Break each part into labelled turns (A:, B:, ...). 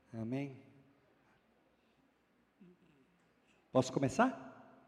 A: Amém. Posso começar?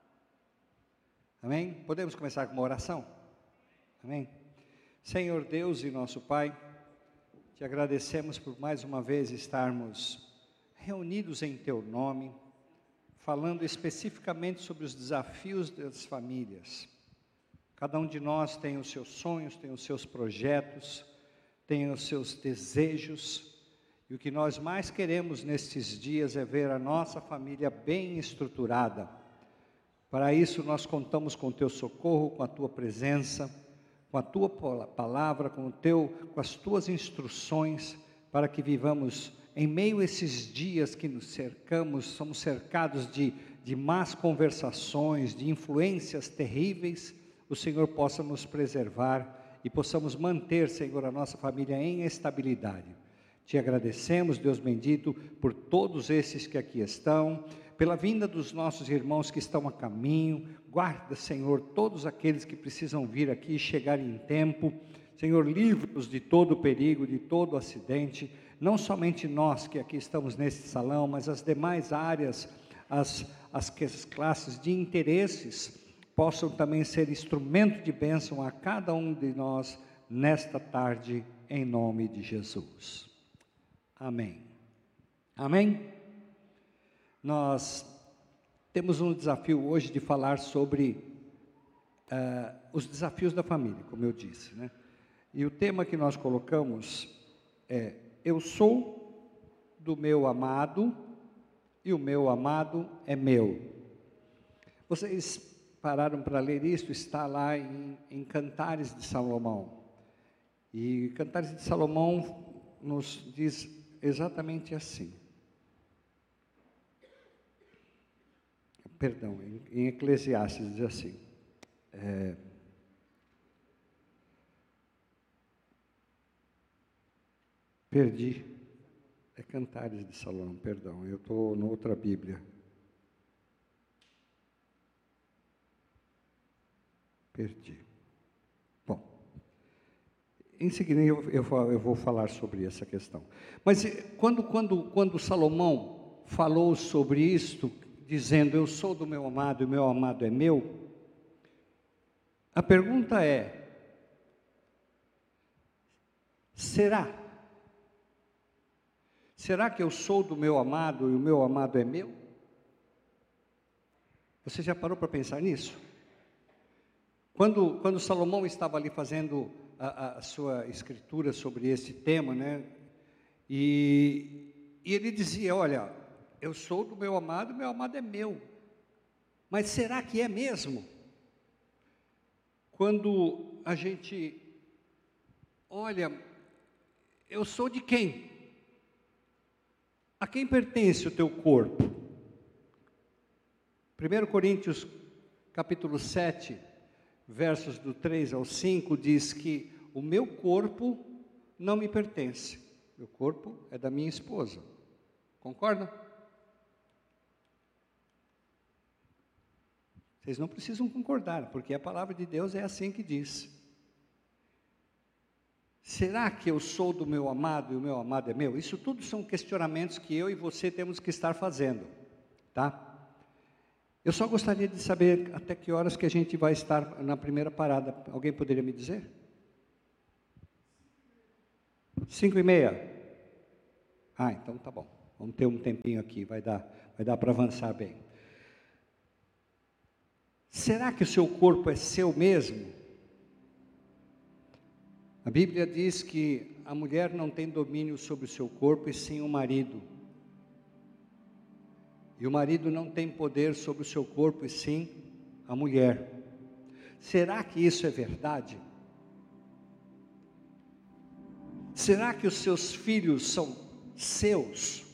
A: Amém? Podemos começar com uma oração? Amém? Senhor Deus e nosso Pai, te agradecemos por mais uma vez estarmos reunidos em Teu nome, falando especificamente sobre os desafios das famílias. Cada um de nós tem os seus sonhos, tem os seus projetos, tem os seus desejos, e o que nós mais queremos nestes dias é ver a nossa família bem estruturada. Para isso nós contamos com o Teu socorro, com a Tua presença, com a Tua palavra, com as Tuas instruções, para que vivamos em meio a esses dias que nos cercamos, somos cercados de más conversações, de influências terríveis. O Senhor possa nos preservar e possamos manter, Senhor, a nossa família em estabilidade. Te agradecemos, Deus bendito, por todos esses que aqui estão, pela vinda dos nossos irmãos que estão a caminho. Guarda, Senhor, todos aqueles que precisam vir aqui e chegar em tempo. Senhor, livra-nos de todo perigo, de todo acidente, não somente nós que aqui estamos nesse salão, mas as demais áreas, as classes de interesses, possam também ser instrumento de bênção a cada um de nós nesta tarde, em nome de Jesus. Amém. Amém? Nós temos um desafio hoje de falar sobre os desafios da família, como eu disse, né? E o tema que nós colocamos é: eu sou do meu amado e o meu amado é meu. Vocês pararam para ler isso? Está lá em Cantares de Salomão. E Cantares de Salomão nos diz exatamente assim. Perdão, em Eclesiastes diz assim. Perdi. É Cantares de Salomão, perdão, eu estou na outra Bíblia. Perdi. Bom, em seguida eu vou falar sobre essa questão. Mas quando Salomão falou sobre isto, dizendo: eu sou do meu amado e o meu amado é meu, a pergunta é: será que eu sou do meu amado e o meu amado é meu? Você já parou para pensar nisso? Quando Salomão estava ali fazendo a sua escritura sobre esse tema, né? E ele dizia: olha, eu sou do meu amado é meu. Mas será que é mesmo? Quando a gente olha, eu sou de quem? A quem pertence o teu corpo? 1 Coríntios capítulo 7, versos do 3 ao 5, diz que o meu corpo não me pertence. Meu corpo é da minha esposa. Concordam? Vocês não precisam concordar, porque a palavra de Deus é assim que diz. Será que eu sou do meu amado e o meu amado é meu? Isso tudo são questionamentos que eu e você temos que estar fazendo, tá? Eu só gostaria de saber até que horas que a gente vai estar na primeira parada. Alguém poderia me dizer? 5:30? Ah, então tá bom. Vamos ter um tempinho aqui, vai dar para avançar bem. Será que o seu corpo é seu mesmo? A Bíblia diz que a mulher não tem domínio sobre o seu corpo, e sim o marido. E o marido não tem poder sobre o seu corpo, e sim a mulher. Será que isso é verdade? Será que os seus filhos são seus?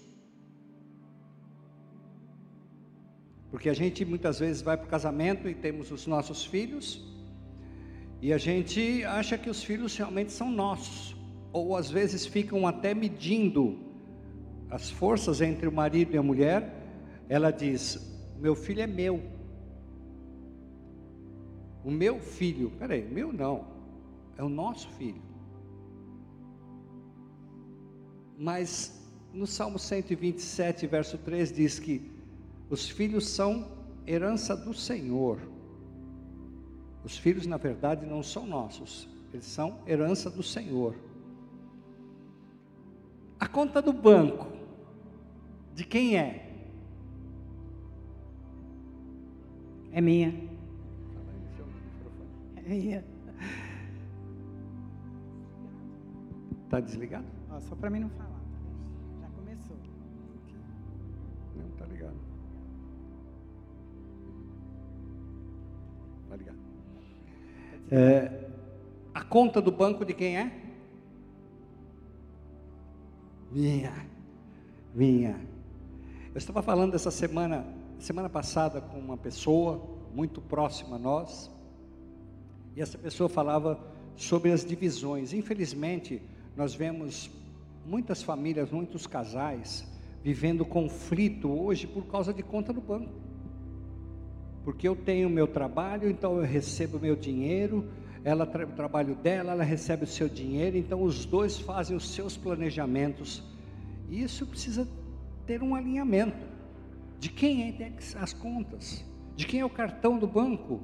A: Porque a gente muitas vezes vai para o casamento e temos os nossos filhos, e a gente acha que os filhos realmente são nossos, ou às vezes ficam até medindo as forças entre o marido e a mulher. Ela diz: meu filho é meu. O meu filho, peraí, meu não, é o nosso filho. Mas no Salmo 127, verso 3, diz que os filhos são herança do Senhor. Os filhos, na verdade, não são nossos, eles são herança do Senhor. A conta do banco, de quem é?
B: É minha. É minha.
A: Está desligado?
B: Ó, só para mim não falar, já começou.
A: Não, está ligado. Está ligado. A conta do banco de quem é? Minha. Eu estava falando essa semana passada com uma pessoa muito próxima a nós, e essa pessoa falava sobre as divisões. Infelizmente, nós vemos muitas famílias, muitos casais, vivendo conflito hoje por causa de conta do banco. Porque eu tenho o meu trabalho, então eu recebo o meu dinheiro, ela o trabalho dela, ela recebe o seu dinheiro, então os dois fazem os seus planejamentos. E isso precisa ter um alinhamento. De quem é as contas? De quem é o cartão do banco?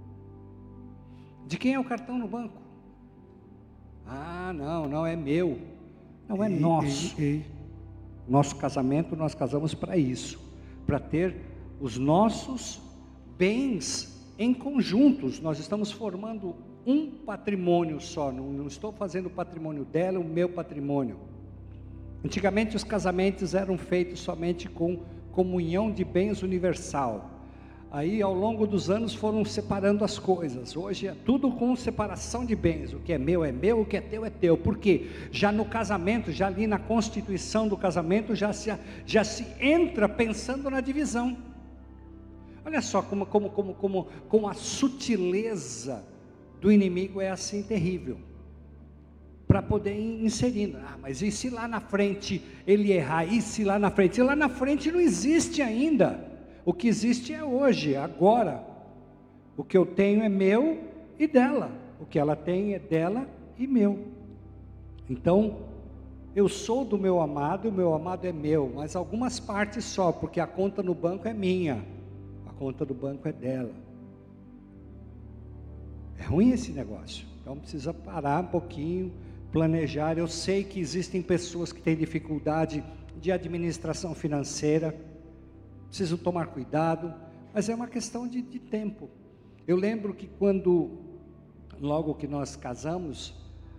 A: De quem é o cartão no banco? Ah, não é meu. Não é nosso. Nosso casamento, nós casamos para isso. Para ter os nossos bens em conjuntos. Nós estamos formando um patrimônio só. Não estou fazendo o patrimônio dela, o meu patrimônio. Antigamente os casamentos eram feitos somente com comunhão de bens universal. Aí ao longo dos anos foram separando as coisas. Hoje é tudo com separação de bens. O que é meu, o que é teu. Por quê? Já no casamento, já ali na constituição do casamento, já se entra pensando na divisão. Olha só como a sutileza do inimigo é assim terrível. Para poder ir inserindo. Mas e se lá na frente ele errar? E se lá na frente? E lá na frente não existe ainda. O que existe é hoje, agora. O que eu tenho é meu e dela. O que ela tem é dela e meu. Então, eu sou do meu amado, o meu amado é meu, mas algumas partes só, porque a conta no banco é minha, a conta do banco é dela. É ruim esse negócio. Então precisa parar um pouquinho, planejar. Eu sei que existem pessoas que têm dificuldade de administração financeira, precisam tomar cuidado, mas é uma questão de tempo. Eu lembro que logo que nós casamos,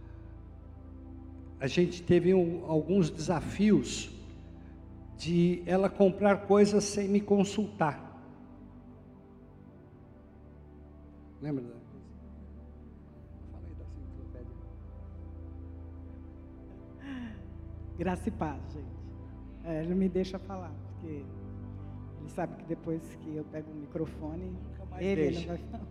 A: a gente teve alguns desafios de ela comprar coisas sem me consultar. Lembra? Fala aí da enciclopédia.
B: Graça e paz, gente. Ele não me deixa falar, porque ele sabe que depois que eu pego o microfone, ele não vai falar.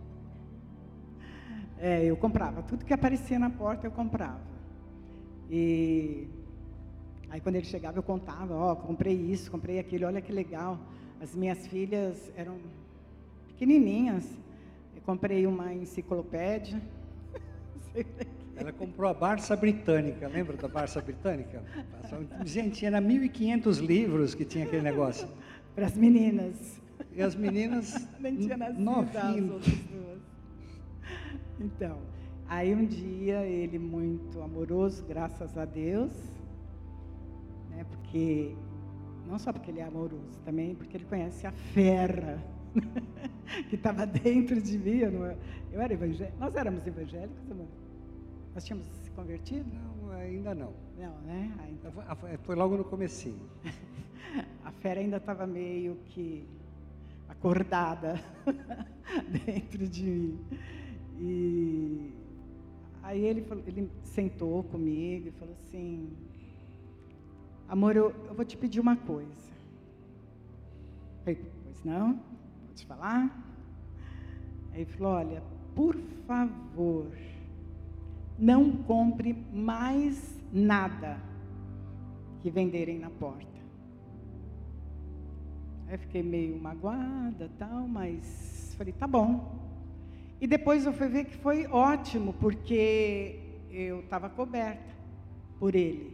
B: Eu comprava, tudo que aparecia na porta eu comprava. E aí quando ele chegava eu contava, comprei isso, comprei aquilo, olha que legal. As minhas filhas eram pequenininhas, eu comprei uma enciclopédia.
A: Ela comprou a Barça Britânica, lembra da Barça Britânica? Gente, era 1.500 livros que tinha aquele negócio.
B: Para as meninas.
A: E as meninas
B: nem tinha nascido
A: novinhas.
B: as outras duas. Então, aí um dia ele muito amoroso, graças a Deus, né, porque, não só porque ele é amoroso, também porque ele conhece a fera que estava dentro de mim. Eu era evangélica, nós éramos evangélicos, amor? Nós tínhamos se convertido?
A: Não, ainda não.
B: Não, né? Então,
A: foi logo no comecinho.
B: A fera ainda estava meio que acordada dentro de mim. E aí ele sentou comigo e falou assim: amor, eu vou te pedir uma coisa. Eu falei, pois não? Pode falar? Aí ele falou, olha, por favor, não compre mais nada que venderem na porta. Aí eu fiquei meio magoada, tal, mas falei, tá bom. E depois eu fui ver que foi ótimo, porque eu estava coberta por ele.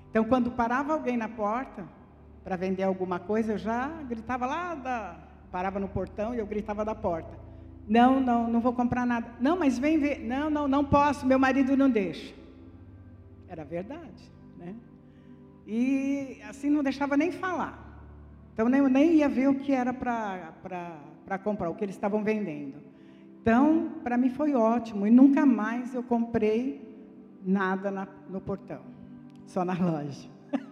B: Então, quando parava alguém na porta para vender alguma coisa, eu já gritava parava no portão e eu gritava da porta. Não vou comprar nada. Não, mas vem ver. Não posso, meu marido não deixa. Era verdade, né? E assim não deixava nem falar. Então, nem ia ver o que era para comprar, o que eles estavam vendendo. Então, para mim foi ótimo. E nunca mais eu comprei nada no portão. Só na loja.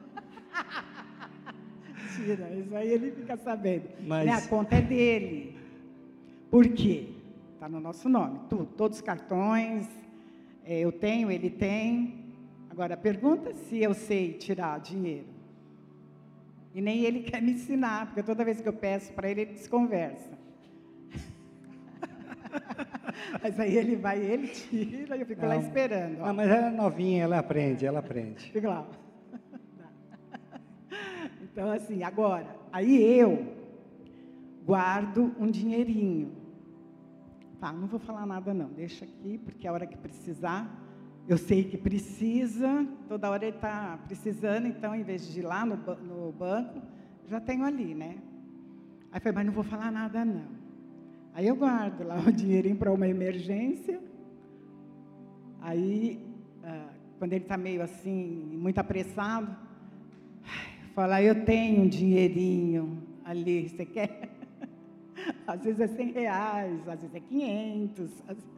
B: Mentira, isso aí ele fica sabendo.
A: Mas...
B: Né? A conta é dele. Por quê? Está no nosso nome. Todos os cartões, eu tenho, ele tem. Agora, pergunta se eu sei tirar dinheiro. E nem ele quer me ensinar, porque toda vez que eu peço para ele, ele desconversa. Mas aí ele vai, ele tira, e eu fico lá esperando.
A: Não, mas ela é novinha, ela aprende.
B: Fica lá. Então, assim, agora, aí eu guardo um dinheirinho. Tá, não vou falar nada não, deixa aqui, porque a hora que precisar, eu sei que precisa, toda hora ele está precisando, então, em vez de ir lá no banco, já tenho ali, né? Aí eu falei, mas não vou falar nada não. Aí eu guardo lá o dinheirinho para uma emergência. Aí, quando ele está meio assim, muito apressado, fala, eu tenho um dinheirinho ali, você quer? Às vezes é R$100, às vezes é 500.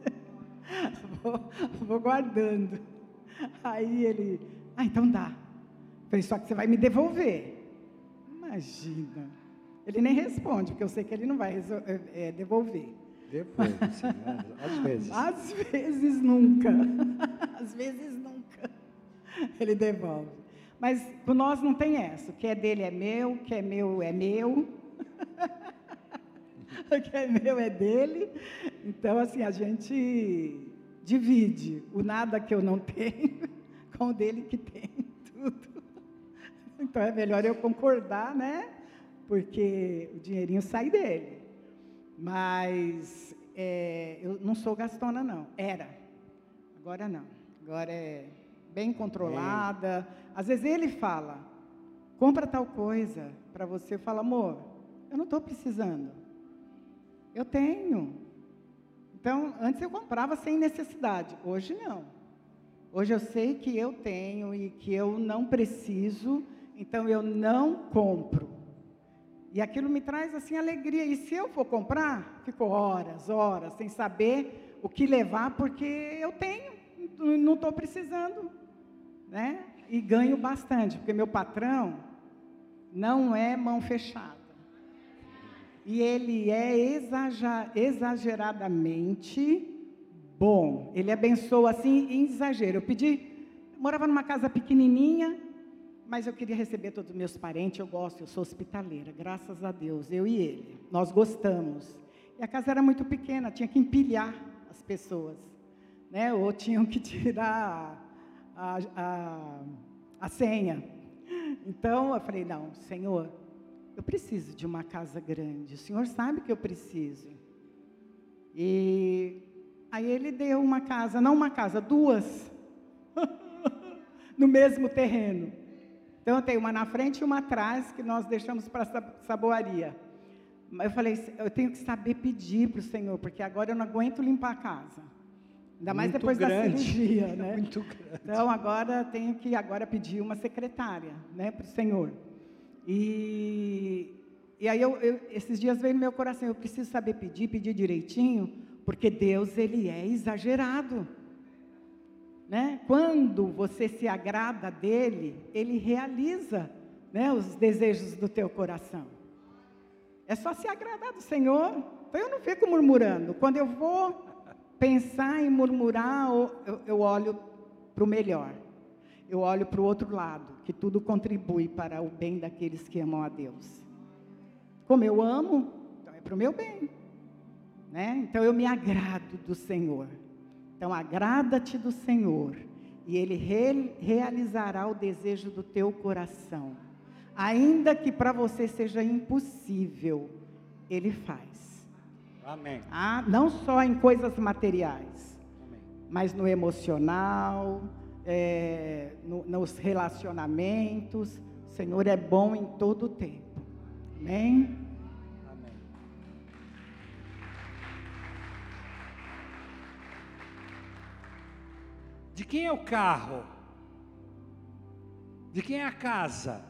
B: Vou guardando. Aí ele, então dá. Falei, só que você vai me devolver. Imagina. Ele nem responde, porque eu sei que ele não vai devolver.
A: Depois, sim, às vezes.
B: Às vezes nunca. Às vezes nunca. Ele devolve. Mas com nós não tem essa. O que é dele é meu, o que é meu é meu. O que é meu é dele. Então, assim, a gente divide o nada que eu não tenho com o dele que tem tudo. Então, é melhor eu concordar, né? Porque o dinheirinho sai dele. Mas eu não sou gastona, não. Era. Agora não. Agora é bem controlada. Às vezes ele fala, compra tal coisa para você. Eu falo, amor, eu não estou precisando. Eu tenho. Então, antes eu comprava sem necessidade. Hoje não. Hoje eu sei que eu tenho e que eu não preciso, então eu não compro. E aquilo me traz, assim, alegria. E se eu for comprar, fico horas, sem saber o que levar, porque eu tenho, não estou precisando, né? E ganho bastante, porque meu patrão não é mão fechada. E ele é exageradamente bom. Ele abençoa, assim, em exagero. Eu morava numa casa pequenininha, mas eu queria receber todos os meus parentes, eu sou hospitaleira, graças a Deus, eu e ele. Nós gostamos. E a casa era muito pequena, tinha que empilhar as pessoas, né? Ou tinham que tirar a senha. Então, eu falei, não, Senhor, eu preciso de uma casa grande, o Senhor sabe que eu preciso. E aí ele deu uma casa, não uma casa, duas, no mesmo terreno. Então, eu tenho uma na frente e uma atrás, que nós deixamos para a saboaria. Eu falei, eu tenho que saber pedir para o Senhor, porque agora eu não aguento limpar a casa. Ainda mais depois da cirurgia, né?
A: Muito grande.
B: Então, agora tenho que pedir uma secretária, né, para o Senhor. E aí, esses dias veio no meu coração, eu preciso saber pedir direitinho, porque Deus, Ele é exagerado. Né? Quando você se agrada dEle, Ele realiza, né, os desejos do teu coração. É só se agradar do Senhor. Então, eu não fico murmurando. Quando eu vou pensar em murmurar, eu olho para o melhor. Eu olho para o outro lado, que tudo contribui para o bem daqueles que amam a Deus. Como eu amo, então é para o meu bem. Né? Então, eu me agrado do Senhor. Então, agrada-te do Senhor, e Ele realizará o desejo do teu coração. Ainda que para você seja impossível, Ele faz.
A: Amém.
B: Não só em coisas materiais,
A: Amém.
B: mas no emocional, nos relacionamentos. O Senhor é bom em todo o tempo. Amém?
A: Amém. De quem é o carro? De quem é a casa?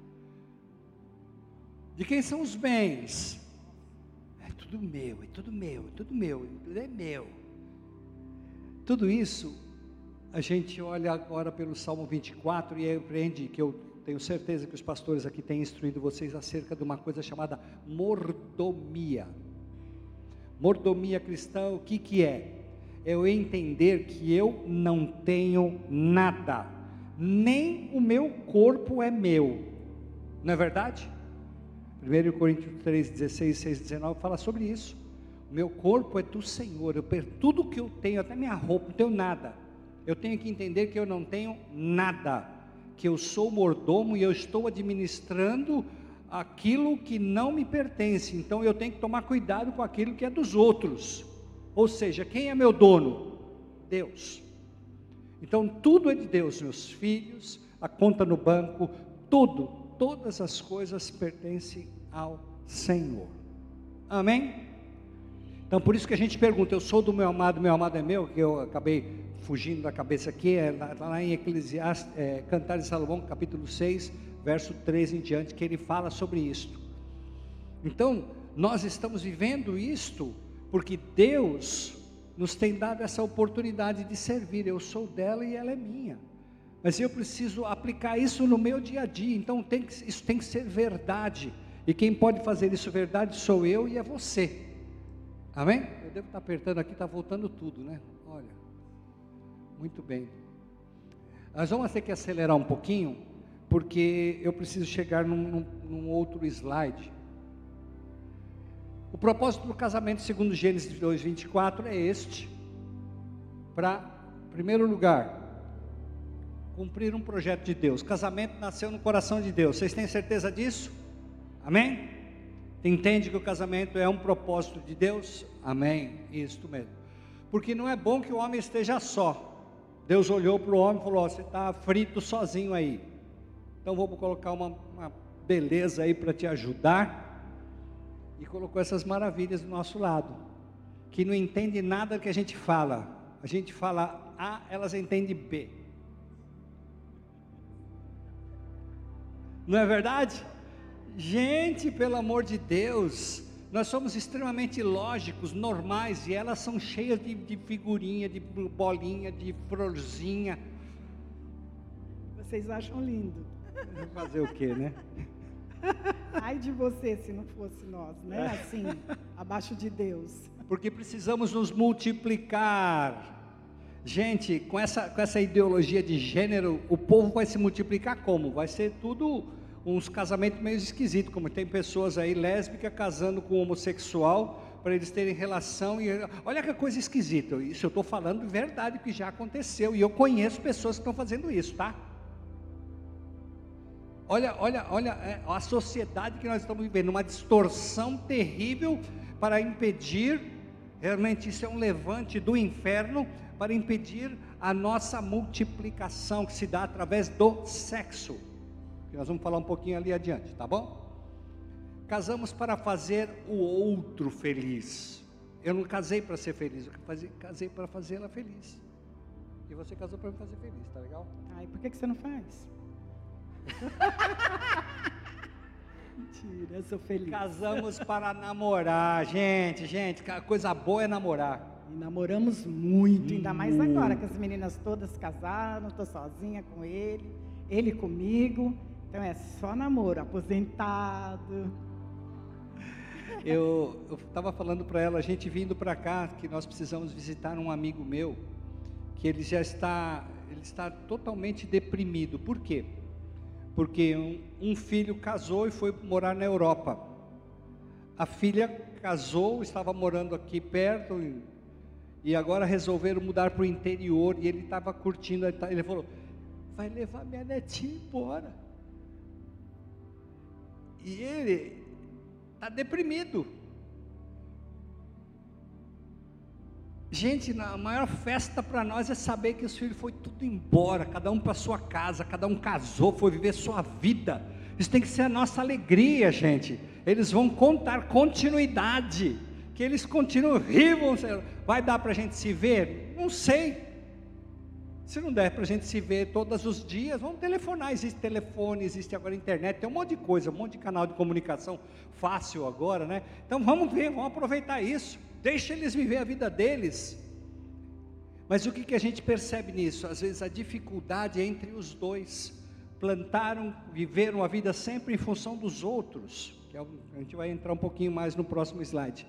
A: De quem são os bens? É tudo meu, é tudo meu, é tudo meu, tudo é meu. Tudo isso, a gente olha agora pelo Salmo 24 e aprende, que eu tenho certeza que os pastores aqui têm instruído vocês acerca de uma coisa chamada mordomia. Mordomia cristã, o que é? É eu entender que eu não tenho nada, nem o meu corpo é meu, não é verdade? 1 Coríntios 3, 16, 6, 19 fala sobre isso. O meu corpo é do Senhor, eu perco tudo que eu tenho, até minha roupa, não tenho nada. Eu tenho que entender que eu não tenho nada, que eu sou mordomo e eu estou administrando aquilo que não me pertence. Então eu tenho que tomar cuidado com aquilo que é dos outros. Ou seja, quem é meu dono? Deus. Então tudo é de Deus, meus filhos, a conta no banco, tudo, todas as coisas pertencem ao Senhor. Amém? Então por isso que a gente pergunta, eu sou do meu amado é meu, que eu acabei fugindo da cabeça aqui, lá em Eclesiastes, Cantares de Salomão, capítulo 6, verso 13 em diante, que ele fala sobre isto. Então, nós estamos vivendo isto, porque Deus nos tem dado essa oportunidade de servir. Eu sou dela e ela é minha, mas eu preciso aplicar isso no meu dia a dia. Então isso tem que ser verdade, e quem pode fazer isso verdade sou eu e é você. Amém? Eu devo estar apertando aqui, está voltando tudo, né? Olha, muito bem. Nós vamos ter que acelerar um pouquinho, porque eu preciso chegar num outro slide. O propósito do casamento, segundo Gênesis 2:24, é este: para, em primeiro lugar, cumprir um projeto de Deus. Casamento nasceu no coração de Deus. Vocês têm certeza disso? Amém? Entende que o casamento é um propósito de Deus? Amém, isso mesmo. Porque não é bom que o homem esteja só. Deus olhou para o homem e falou: você está frito sozinho aí, então vamos colocar uma beleza aí para te ajudar. E colocou essas maravilhas do nosso lado, que não entende nada que a gente fala A, elas entendem B, não é verdade? Gente, pelo amor de Deus, nós somos extremamente lógicos, normais, e elas são cheias de figurinha, de bolinha, de florzinha.
B: Vocês acham lindo.
A: Fazer o quê, né?
B: Ai de você se não fosse nós, né? Assim, abaixo de Deus.
A: Porque precisamos nos multiplicar. Gente, com essa ideologia de gênero, o povo vai se multiplicar como? Vai ser tudo uns casamentos meio esquisitos, como tem pessoas aí lésbicas casando com homossexual, para eles terem relação, e olha que coisa esquisita. Isso eu estou falando de verdade, que já aconteceu, e eu conheço pessoas que estão fazendo isso, tá? Olha a sociedade que nós estamos vivendo, uma distorção terrível para impedir, realmente isso é um levante do inferno, para impedir a nossa multiplicação, que se dá através do sexo, que nós vamos falar um pouquinho ali adiante, tá bom? Casamos para fazer o outro feliz. Eu não casei para ser feliz, eu casei para fazê-la feliz, e você casou para me fazer feliz, tá legal?
B: Ai, por que você não faz? Mentira, eu sou feliz.
A: Casamos para namorar, gente, coisa boa é namorar.
B: E namoramos muito, ainda mais agora que as meninas todas casaram, estou sozinha com ele comigo, então é só namoro, aposentado.
A: Eu estava falando para ela, a gente vindo para cá, que nós precisamos visitar um amigo meu, que ele está totalmente deprimido. Por quê? Porque um filho casou e foi morar na Europa. A filha casou, estava morando aqui perto, e agora resolveram mudar para o interior, e ele estava curtindo, ele falou: vai levar minha netinha embora. E ele está deprimido. Gente, a maior festa para nós é saber que os filhos foi tudo embora, cada um para sua casa, cada um casou, foi viver sua vida. Isso tem que ser a nossa alegria, gente. Eles vão contar continuidade, que eles continuam vivos. Vai dar para a gente se ver? Não sei. Se não der para a gente se ver todos os dias, vamos telefonar. Existe telefone, existe agora internet, tem um monte de coisa, um monte de canal de comunicação fácil agora, né? Então vamos ver, vamos aproveitar isso. Deixa eles viver a vida deles. Mas o que a gente percebe nisso? Às vezes a dificuldade é entre os dois. Plantaram, viveram a vida sempre em função dos outros, que a gente vai entrar um pouquinho mais no próximo slide.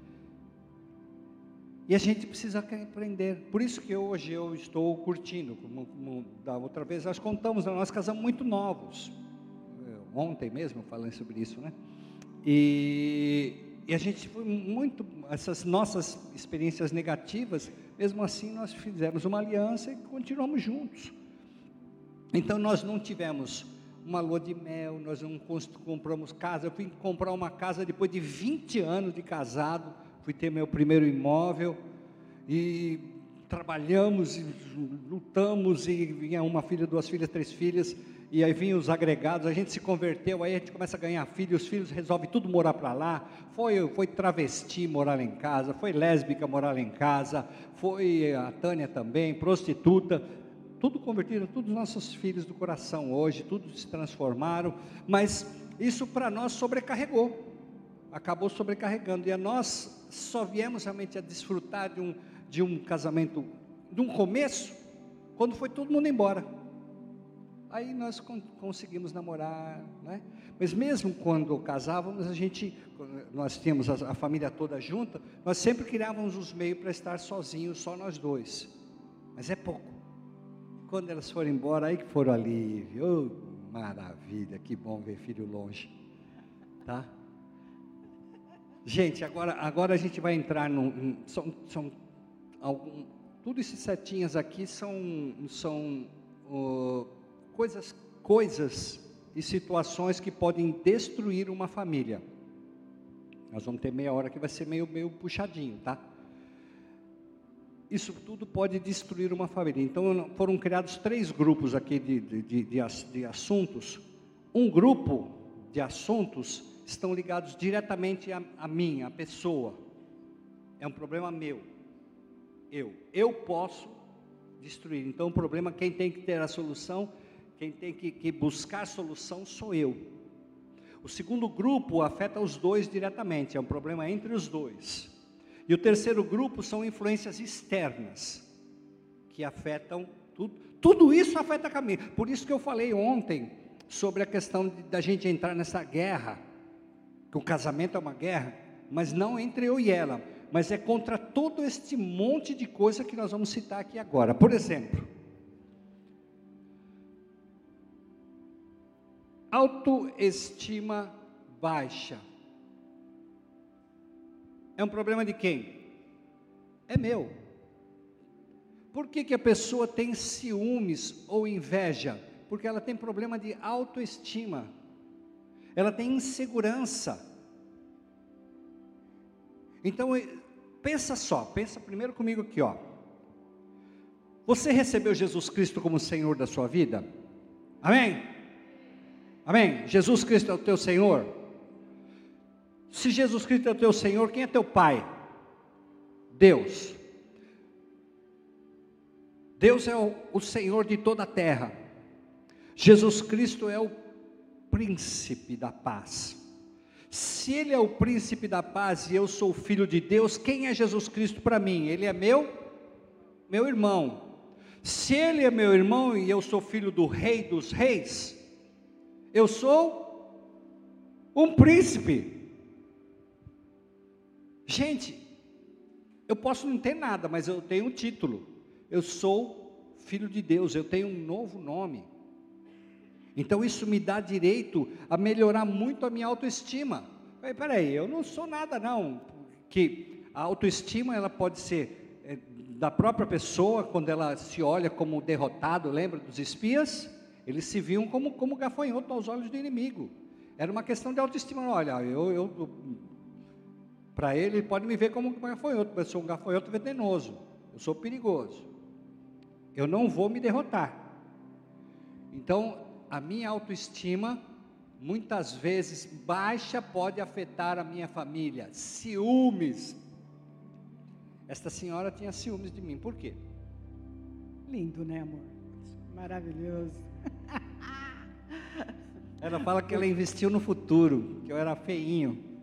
A: E a gente precisa aprender. Por isso que hoje eu estou curtindo, como da outra vez nós contamos, nós casamos muito novos. Ontem mesmo eu falei sobre isso, né? E a gente foi muito, essas nossas experiências negativas, mesmo assim nós fizemos uma aliança e continuamos juntos. Então nós não tivemos uma lua de mel, nós não compramos casa. Eu fui comprar uma casa depois de 20 anos de casado, fui ter meu primeiro imóvel, e trabalhamos, e lutamos, e vinha uma filha, 2 filhas, 3 filhas, e aí vinham os agregados, a gente se converteu, aí a gente começa a ganhar filhos, os filhos resolvem tudo morar para lá, foi travesti morar lá em casa, foi lésbica morar lá em casa, foi a Tânia também, prostituta, tudo convertido, todos os nossos filhos do coração hoje, tudo se transformaram, mas isso para nós sobrecarregou, acabou sobrecarregando, e nós só viemos realmente a desfrutar de um casamento, de um começo, quando foi todo mundo embora. Aí nós conseguimos namorar, né? Mas mesmo quando casávamos, nós tínhamos a família toda junta, nós sempre criávamos os meios para estar sozinhos, só nós dois, mas é pouco. Quando elas foram embora, aí que foram alívio, oh, maravilha, que bom ver filho longe, tá? Gente, agora a gente vai entrar tudo esses setinhas aqui são coisas e situações que podem destruir uma família. Nós vamos ter meia hora que vai ser meio puxadinho, tá? Isso tudo pode destruir uma família. Então foram criados 3 grupos aqui de assuntos. Um grupo de assuntos estão ligados diretamente a mim, a pessoa. É um problema meu. Eu posso destruir. Então o problema, quem tem que ter a solução, quem tem que buscar a solução sou eu. O segundo grupo afeta os dois diretamente, é um problema entre os dois. E o terceiro grupo são influências externas, que afetam tudo isso afeta a família. Por isso que eu falei ontem sobre a questão da gente entrar nessa guerra, que o casamento é uma guerra, mas não entre eu e ela, mas é contra todo este monte de coisa que nós vamos citar aqui agora. Por exemplo, autoestima baixa. É um problema de quem? É meu. Por que a pessoa tem ciúmes ou inveja? Porque ela tem problema de autoestima. Ela tem insegurança. Então, pensa primeiro comigo aqui, ó. Você recebeu Jesus Cristo como Senhor da sua vida? Amém? Amém? Jesus Cristo é o teu Senhor? Se Jesus Cristo é o teu Senhor, quem é teu Pai? Deus. Deus é o Senhor de toda a terra. Jesus Cristo é o príncipe da paz. Se Ele é o príncipe da paz e eu sou filho de Deus, quem é Jesus Cristo para mim? Ele é meu irmão. Se Ele é meu irmão e eu sou filho do Rei dos Reis, eu sou um príncipe. Gente, eu posso não ter nada, mas eu tenho um título. Eu sou filho de Deus, eu tenho um novo nome. Então isso me dá direito a melhorar muito a minha autoestima. Peraí, eu não sou nada não. Que a autoestima ela pode ser da própria pessoa, quando ela se olha como derrotado, lembra dos espias? Eles se viam como gafanhoto aos olhos do inimigo. Era uma questão de autoestima. Olha, Para ele pode me ver como um gafanhoto, mas eu sou um gafanhoto venenoso, eu sou perigoso, eu não vou me derrotar. Então, a minha autoestima, muitas vezes baixa, pode afetar a minha família. Ciúmes. Esta senhora tinha ciúmes de mim, por quê?
B: Lindo, né, amor? Maravilhoso.
A: Ela fala que ela investiu no futuro, que eu era feinho.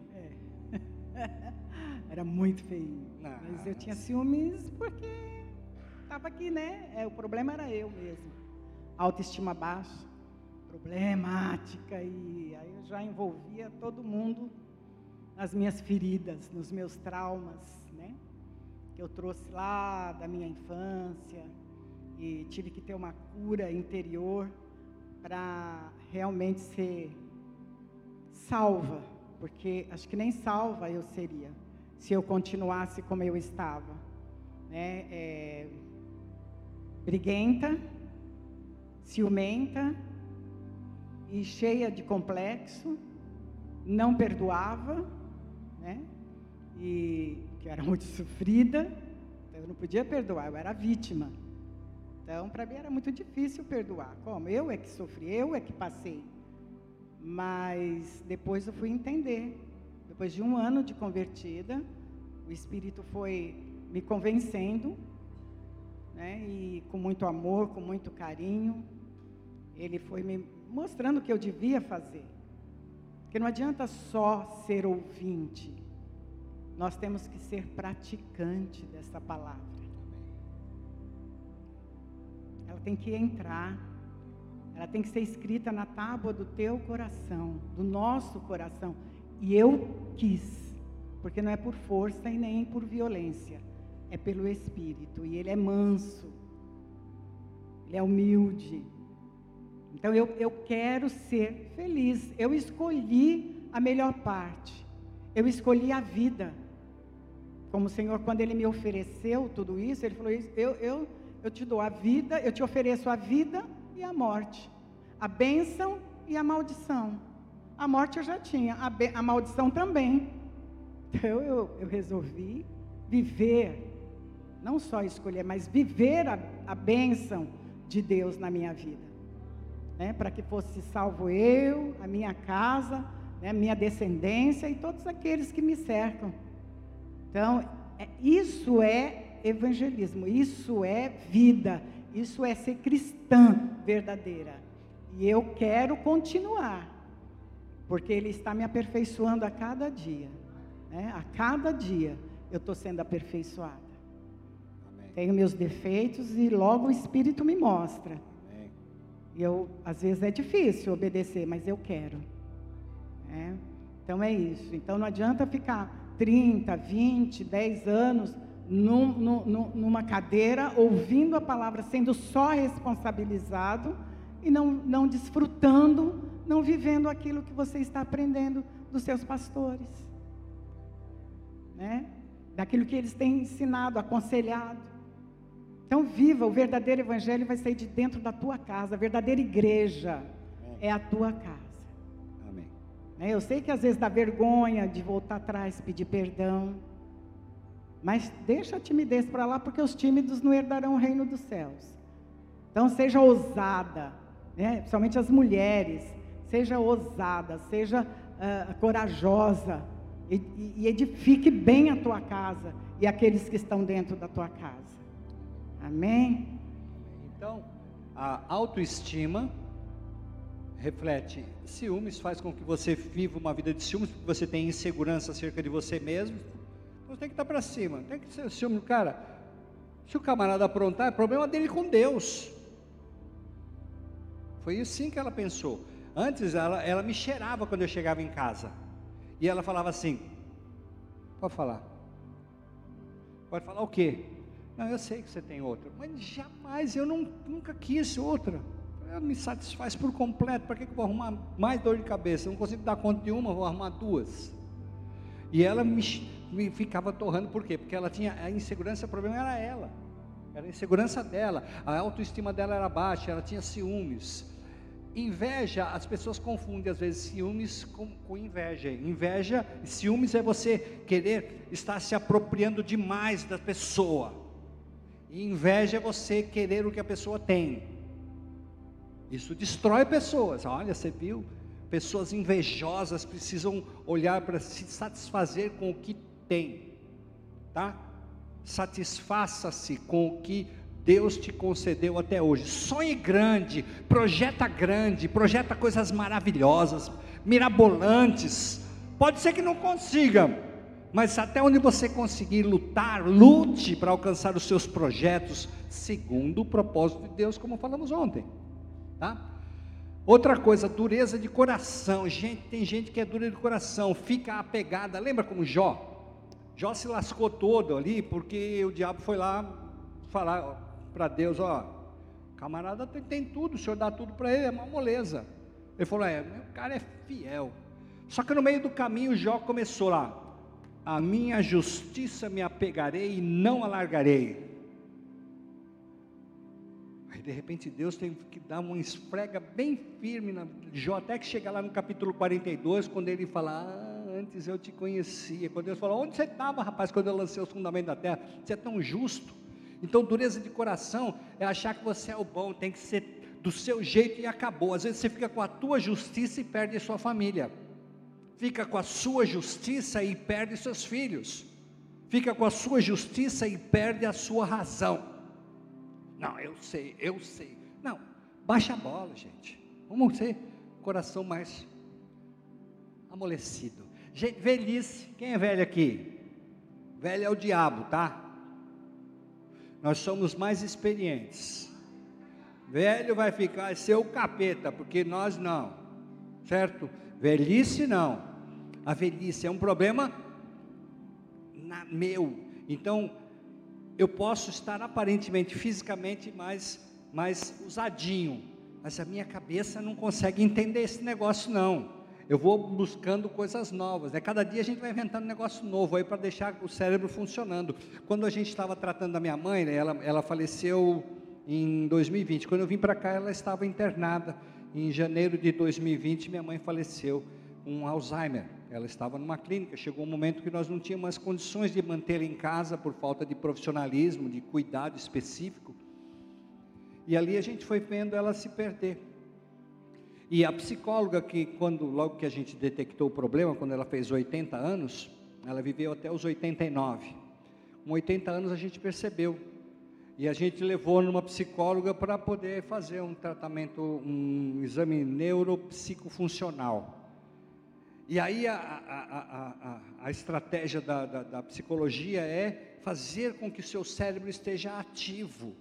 B: Era muito feio. Mas eu tinha ciúmes porque estava aqui, né? O problema era eu mesmo. Autoestima baixa, problemática, e aí eu já envolvia todo mundo nas minhas feridas, nos meus traumas, né? Que eu trouxe lá da minha infância, e tive que ter uma cura interior para realmente ser salva, porque acho que nem salva eu seria, se eu continuasse como eu estava, né? Briguenta, ciumenta e cheia de complexo, não perdoava, né? E que eu era muito sofrida, então eu não podia perdoar, eu era vítima. Então, para mim era muito difícil perdoar. Como? Eu é que sofri, eu é que passei. Mas depois eu fui entender. Depois de 1 ano de convertida, o Espírito foi me convencendo, né? E com muito amor, com muito carinho, ele foi me mostrando o que eu devia fazer. Porque não adianta só ser ouvinte, nós temos que ser praticante dessa palavra. Ela tem que entrar, ela tem que ser escrita na tábua do teu coração, do nosso coração. E eu quis, porque não é por força e nem por violência, é pelo Espírito, e ele é manso, ele é humilde. Então eu quero ser feliz, eu escolhi a melhor parte, eu escolhi a vida. Como o Senhor, quando Ele me ofereceu tudo isso, Ele falou isso, eu te dou a vida, eu te ofereço a vida e a morte, a bênção e a maldição. A morte eu já tinha, a maldição também. Então eu resolvi viver, não só escolher, mas viver a bênção de Deus na minha vida, né? Para que fosse salvo eu, a minha casa, né? Minha descendência e todos aqueles que me cercam. Então, isso é evangelismo, isso é vida, isso é ser cristã verdadeira. E eu quero continuar, porque Ele está me aperfeiçoando a cada dia, né? A cada dia eu estou sendo aperfeiçoada. Amém. Tenho meus defeitos e logo o Espírito me mostra. Amém. E às vezes é difícil obedecer, mas eu quero, né? Então é isso. Então não adianta ficar 30, 20, 10 anos numa cadeira, ouvindo a palavra, sendo só responsabilizado e não desfrutando, não vivendo aquilo que você está aprendendo dos seus pastores, né? Daquilo que eles têm ensinado, aconselhado. Então viva, o verdadeiro evangelho vai sair de dentro da tua casa, a verdadeira igreja é a tua casa. Eu sei que às vezes dá vergonha de voltar atrás, pedir perdão, mas deixa a timidez para lá, porque os tímidos não herdarão o reino dos céus. Então seja ousada, né? Principalmente as mulheres, seja ousada, seja corajosa, e edifique bem a tua casa e aqueles que estão dentro da tua casa. Amém?
A: Então, a autoestima reflete ciúmes, faz com que você viva uma vida de ciúmes, porque você tem insegurança acerca de você mesmo. Então você tem que estar para cima, tem que ser ciúme. Cara, se o camarada aprontar, é problema dele com Deus. Foi isso sim que ela pensou. Antes ela me cheirava quando eu chegava em casa, e ela falava assim: pode falar. Pode falar o quê? Não, eu sei que você tem outra, mas jamais, eu nunca quis outra. Ela me satisfaz por completo. Para que eu vou arrumar mais dor de cabeça? Eu não consigo dar conta de uma, vou arrumar 2. E ela me ficava torrando, por quê? Porque ela tinha a insegurança, o problema era ela, era a insegurança dela, a autoestima dela era baixa, ela tinha ciúmes. Inveja, as pessoas confundem às vezes ciúmes com inveja. Inveja, ciúmes é você querer estar se apropriando demais da pessoa. E inveja é você querer o que a pessoa tem. Isso destrói pessoas. Olha, você viu? Pessoas invejosas precisam olhar para se satisfazer com o que tem, tá? Satisfaça-se com o que Deus te concedeu até hoje. Sonhe grande, projeta coisas maravilhosas, mirabolantes. Pode ser que não consiga, mas até onde você conseguir lutar, lute para alcançar os seus projetos, segundo o propósito de Deus, como falamos ontem, tá? Outra coisa, dureza de coração. Gente, tem gente que é dura de coração, fica apegada. Lembra como Jó? Jó se lascou todo ali, porque o diabo foi lá falar para Deus, ó, o camarada tem tudo, o Senhor dá tudo para ele, é uma moleza. Ele falou, o cara é fiel. Só que no meio do caminho Jó começou lá, a minha justiça me apegarei e não alargarei. Aí de repente Deus tem que dar uma esfrega bem firme na Jó, até que chega lá no capítulo 42, quando ele fala, antes eu te conhecia. Quando Deus falou, onde você estava, rapaz, quando eu lancei os fundamentos da terra? Você é tão justo. Então dureza de coração é achar que você é o bom, tem que ser do seu jeito e acabou. Às vezes você fica com a tua justiça e perde a sua família, fica com a sua justiça e perde seus filhos, fica com a sua justiça e perde a sua razão. Não, eu sei, não, baixa a bola, gente, vamos ter coração mais amolecido. Gente, velhice, quem é velho aqui? Velho é o diabo, tá? Nós somos mais experientes. Velho vai ficar, ser o capeta, porque nós não, certo? Velhice não. A velhice é um problema meu. Então, eu posso estar aparentemente, fisicamente mais usadinho, mas a minha cabeça não consegue entender esse negócio não. Eu vou buscando coisas novas, né? Cada dia a gente vai inventando um negócio novo aí para deixar o cérebro funcionando. Quando a gente estava tratando da minha mãe, né, ela faleceu em 2020. Quando eu vim para cá, ela estava internada. Em janeiro de 2020, minha mãe faleceu com Alzheimer. Ela estava numa clínica. Chegou um momento que nós não tínhamos mais condições de mantê-la em casa por falta de profissionalismo, de cuidado específico. E ali a gente foi vendo ela se perder. E a psicóloga logo que a gente detectou o problema, quando ela fez 80 anos, ela viveu até os 89. Com 80 anos a gente percebeu. E a gente levou numa psicóloga para poder fazer um tratamento, um exame neuropsicofuncional. E aí a estratégia da psicologia é fazer com que o seu cérebro esteja ativo.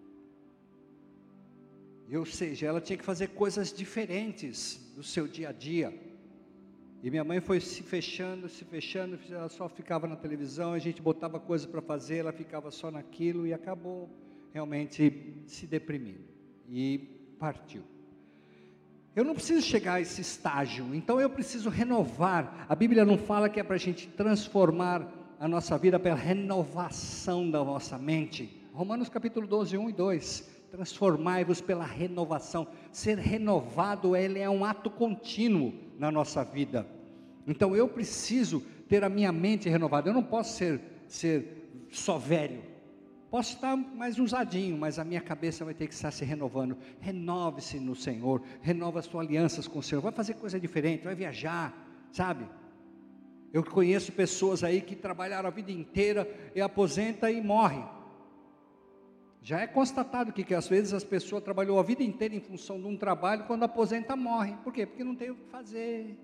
A: Ou seja, ela tinha que fazer coisas diferentes do seu dia a dia. E minha mãe foi se fechando, ela só ficava na televisão, a gente botava coisa para fazer, ela ficava só naquilo e acabou realmente se deprimindo. E partiu. Eu não preciso chegar a esse estágio, então eu preciso renovar. A Bíblia não fala que é para a gente transformar a nossa vida pela renovação da nossa mente. Romanos capítulo 12, 1 e 2. Transformai-vos pela renovação. Ser renovado, ele é um ato contínuo na nossa vida. Então eu preciso ter a minha mente renovada. Eu não posso ser só velho. Posso estar mais usadinho, mas a minha cabeça vai ter que estar se renovando. Renove-se no Senhor, renova as suas alianças com o Senhor, vai fazer coisa diferente, vai viajar, sabe? Eu conheço pessoas aí que trabalharam a vida inteira e aposenta e morre. Já é constatado que às vezes as pessoas trabalhou a vida inteira em função de um trabalho, quando aposenta morre. Por quê? Porque não tem o que fazer.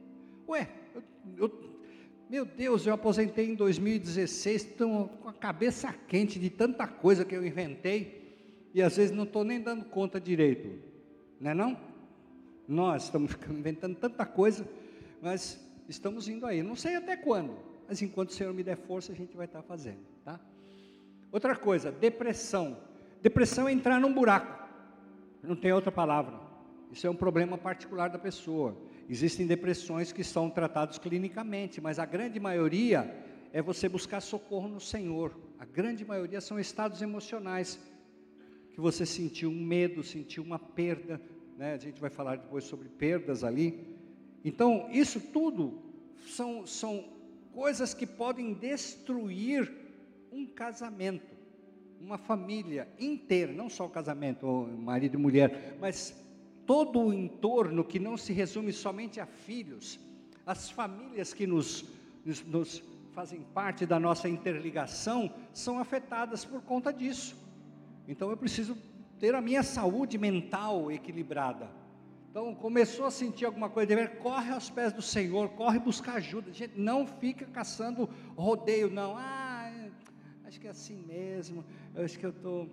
A: Meu Deus, eu aposentei em 2016, estou com a cabeça quente de tanta coisa que eu inventei, e às vezes não estou nem dando conta direito, não é não? Nós estamos inventando tanta coisa, mas estamos indo aí, não sei até quando, mas enquanto o Senhor me der força, a gente vai estar fazendo, tá? Outra coisa, depressão. Depressão é entrar num buraco, não tem outra palavra. Isso é um problema particular da pessoa. Existem depressões que são tratadas clinicamente, mas a grande maioria é você buscar socorro no Senhor. A grande maioria são estados emocionais, que você sentiu um medo, sentiu uma perda, né? A gente vai falar depois sobre perdas ali. Então, isso tudo são coisas que podem destruir um casamento, uma família inteira, não só o casamento, marido e mulher, mas todo o entorno que não se resume somente a filhos, as famílias que nos fazem parte da nossa interligação, são afetadas por conta disso. Então eu preciso ter a minha saúde mental equilibrada. Então começou a sentir alguma coisa, corre aos pés do Senhor, corre buscar ajuda. Gente, não fica caçando rodeio, não. Acho que é assim mesmo, eu acho que eu estou,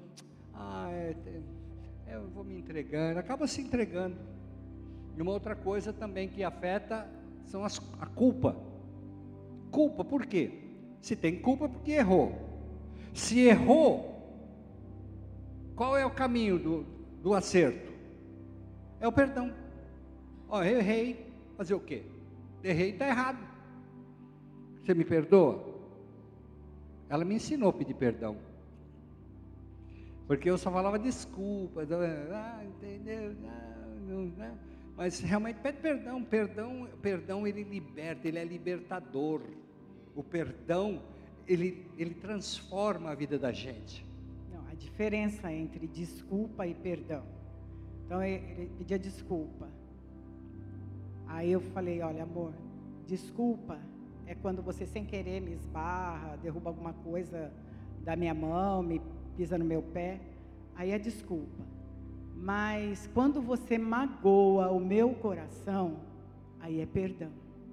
A: eu vou me entregando, acaba se entregando. E uma outra coisa também que afeta são a culpa. Culpa por quê? Se tem culpa porque errou. Se errou, qual é o caminho do acerto? É o perdão. Eu errei, fazer o quê? Errei, está errado. Você me perdoa? Ela me ensinou a pedir perdão. Porque eu só falava desculpa, entendeu? Não. Mas realmente pede perdão. Perdão ele liberta, ele é libertador. O perdão, ele transforma a vida da gente.
B: Não, a diferença entre desculpa e perdão. Então ele pedia desculpa. Aí eu falei, olha amor, desculpa é quando você sem querer me esbarra, derruba alguma coisa da minha mão, me pisa no meu pé, aí é desculpa. Mas quando você magoa o meu coração, aí é perdão.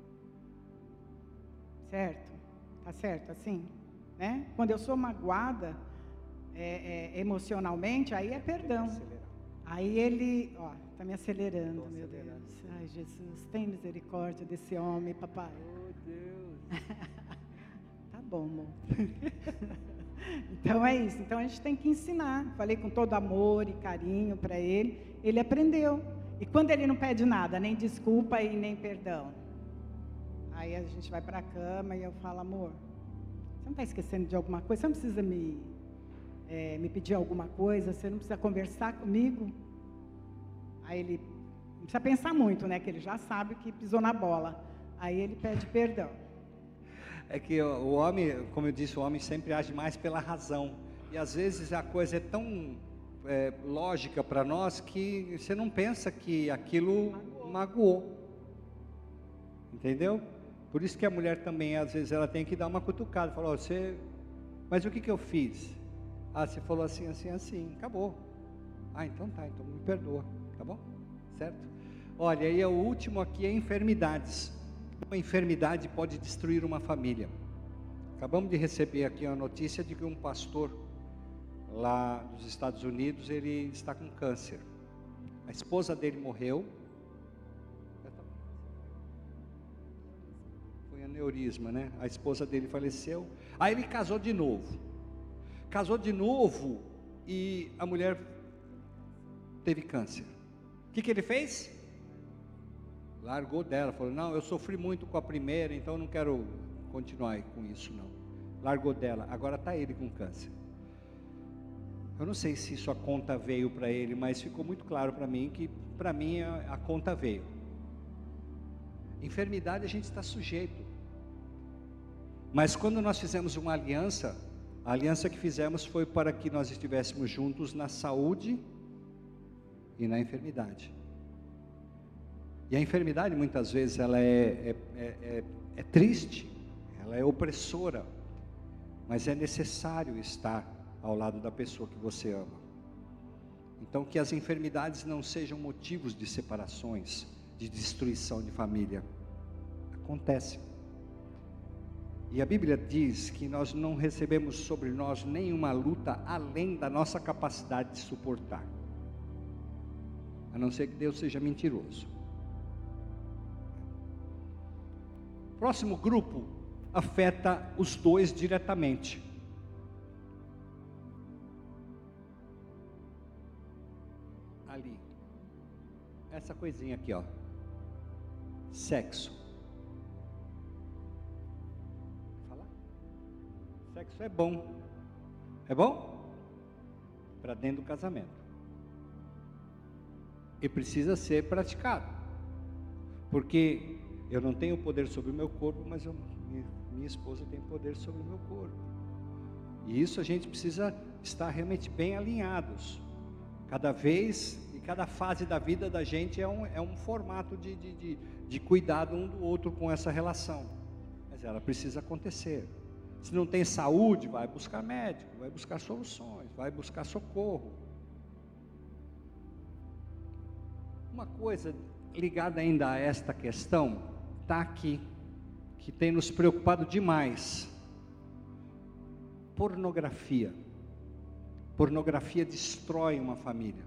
B: Certo? Tá certo assim? Né? Quando eu sou magoada emocionalmente, aí é perdão. Aí ele, está me acelerando, meu Deus. Ai, Jesus, tem misericórdia desse homem, papai.
A: Oh, Deus.
B: Tá bom, amor. Então é isso. Então a gente tem que ensinar. Falei com todo amor e carinho para ele. Ele aprendeu. E quando ele não pede nada, nem desculpa e nem perdão, aí a gente vai para a cama e eu falo, amor, você não está esquecendo de alguma coisa? Você não precisa me pedir alguma coisa? Você não precisa conversar comigo? Aí ele não precisa pensar muito, né? Que ele já sabe que pisou na bola. Aí ele pede perdão.
A: É que o homem, como eu disse, o homem sempre age mais pela razão. E às vezes a coisa é tão lógica para nós que você não pensa que aquilo magoou. Entendeu? Por isso que a mulher também, às vezes, ela tem que dar uma cutucada. Falar, mas o que eu fiz? Você falou assim, assim, assim. Acabou. Então tá, então me perdoa. Tá bom? Certo? Olha, e o último aqui é enfermidades. Uma enfermidade pode destruir uma família. Acabamos de receber aqui a notícia de que um pastor lá dos Estados Unidos, ele está com câncer. A esposa dele morreu. Foi aneurisma, né? A esposa dele faleceu. Aí ele casou de novo. Casou de novo e a mulher teve câncer. O que ele fez? Largou dela, falou, não, eu sofri muito com a primeira, então não quero continuar com isso não. Largou dela, agora está ele com câncer. Eu não sei se isso a conta veio para ele, mas ficou muito claro para mim que, para mim, a conta veio. Enfermidade a gente está sujeito. Mas quando nós fizemos uma aliança, a aliança que fizemos foi para que nós estivéssemos juntos na saúde e na enfermidade. E a enfermidade muitas vezes ela é triste, ela é opressora, mas é necessário estar ao lado da pessoa que você ama. Então que as enfermidades não sejam motivos de separações, de destruição de família. Acontece. E a Bíblia diz que nós não recebemos sobre nós nenhuma luta além da nossa capacidade de suportar. A não ser que Deus seja mentiroso. Próximo grupo afeta os dois diretamente. Ali. Essa coisinha aqui, ó. Sexo. Falar? Sexo é bom. É bom? Para dentro do casamento. e precisa ser praticado, porque eu não tenho poder sobre o meu corpo, mas minha esposa tem poder sobre o meu corpo, e isso a gente precisa estar realmente bem alinhados. Cada vez e cada fase da vida da gente é um formato de cuidado um do outro com essa relação, mas ela precisa acontecer. Se não tem saúde, vai buscar médico, vai buscar soluções, vai buscar socorro. Uma coisa ligada ainda a esta questão, está aqui, que tem nos preocupado demais: pornografia. Pornografia destrói uma família.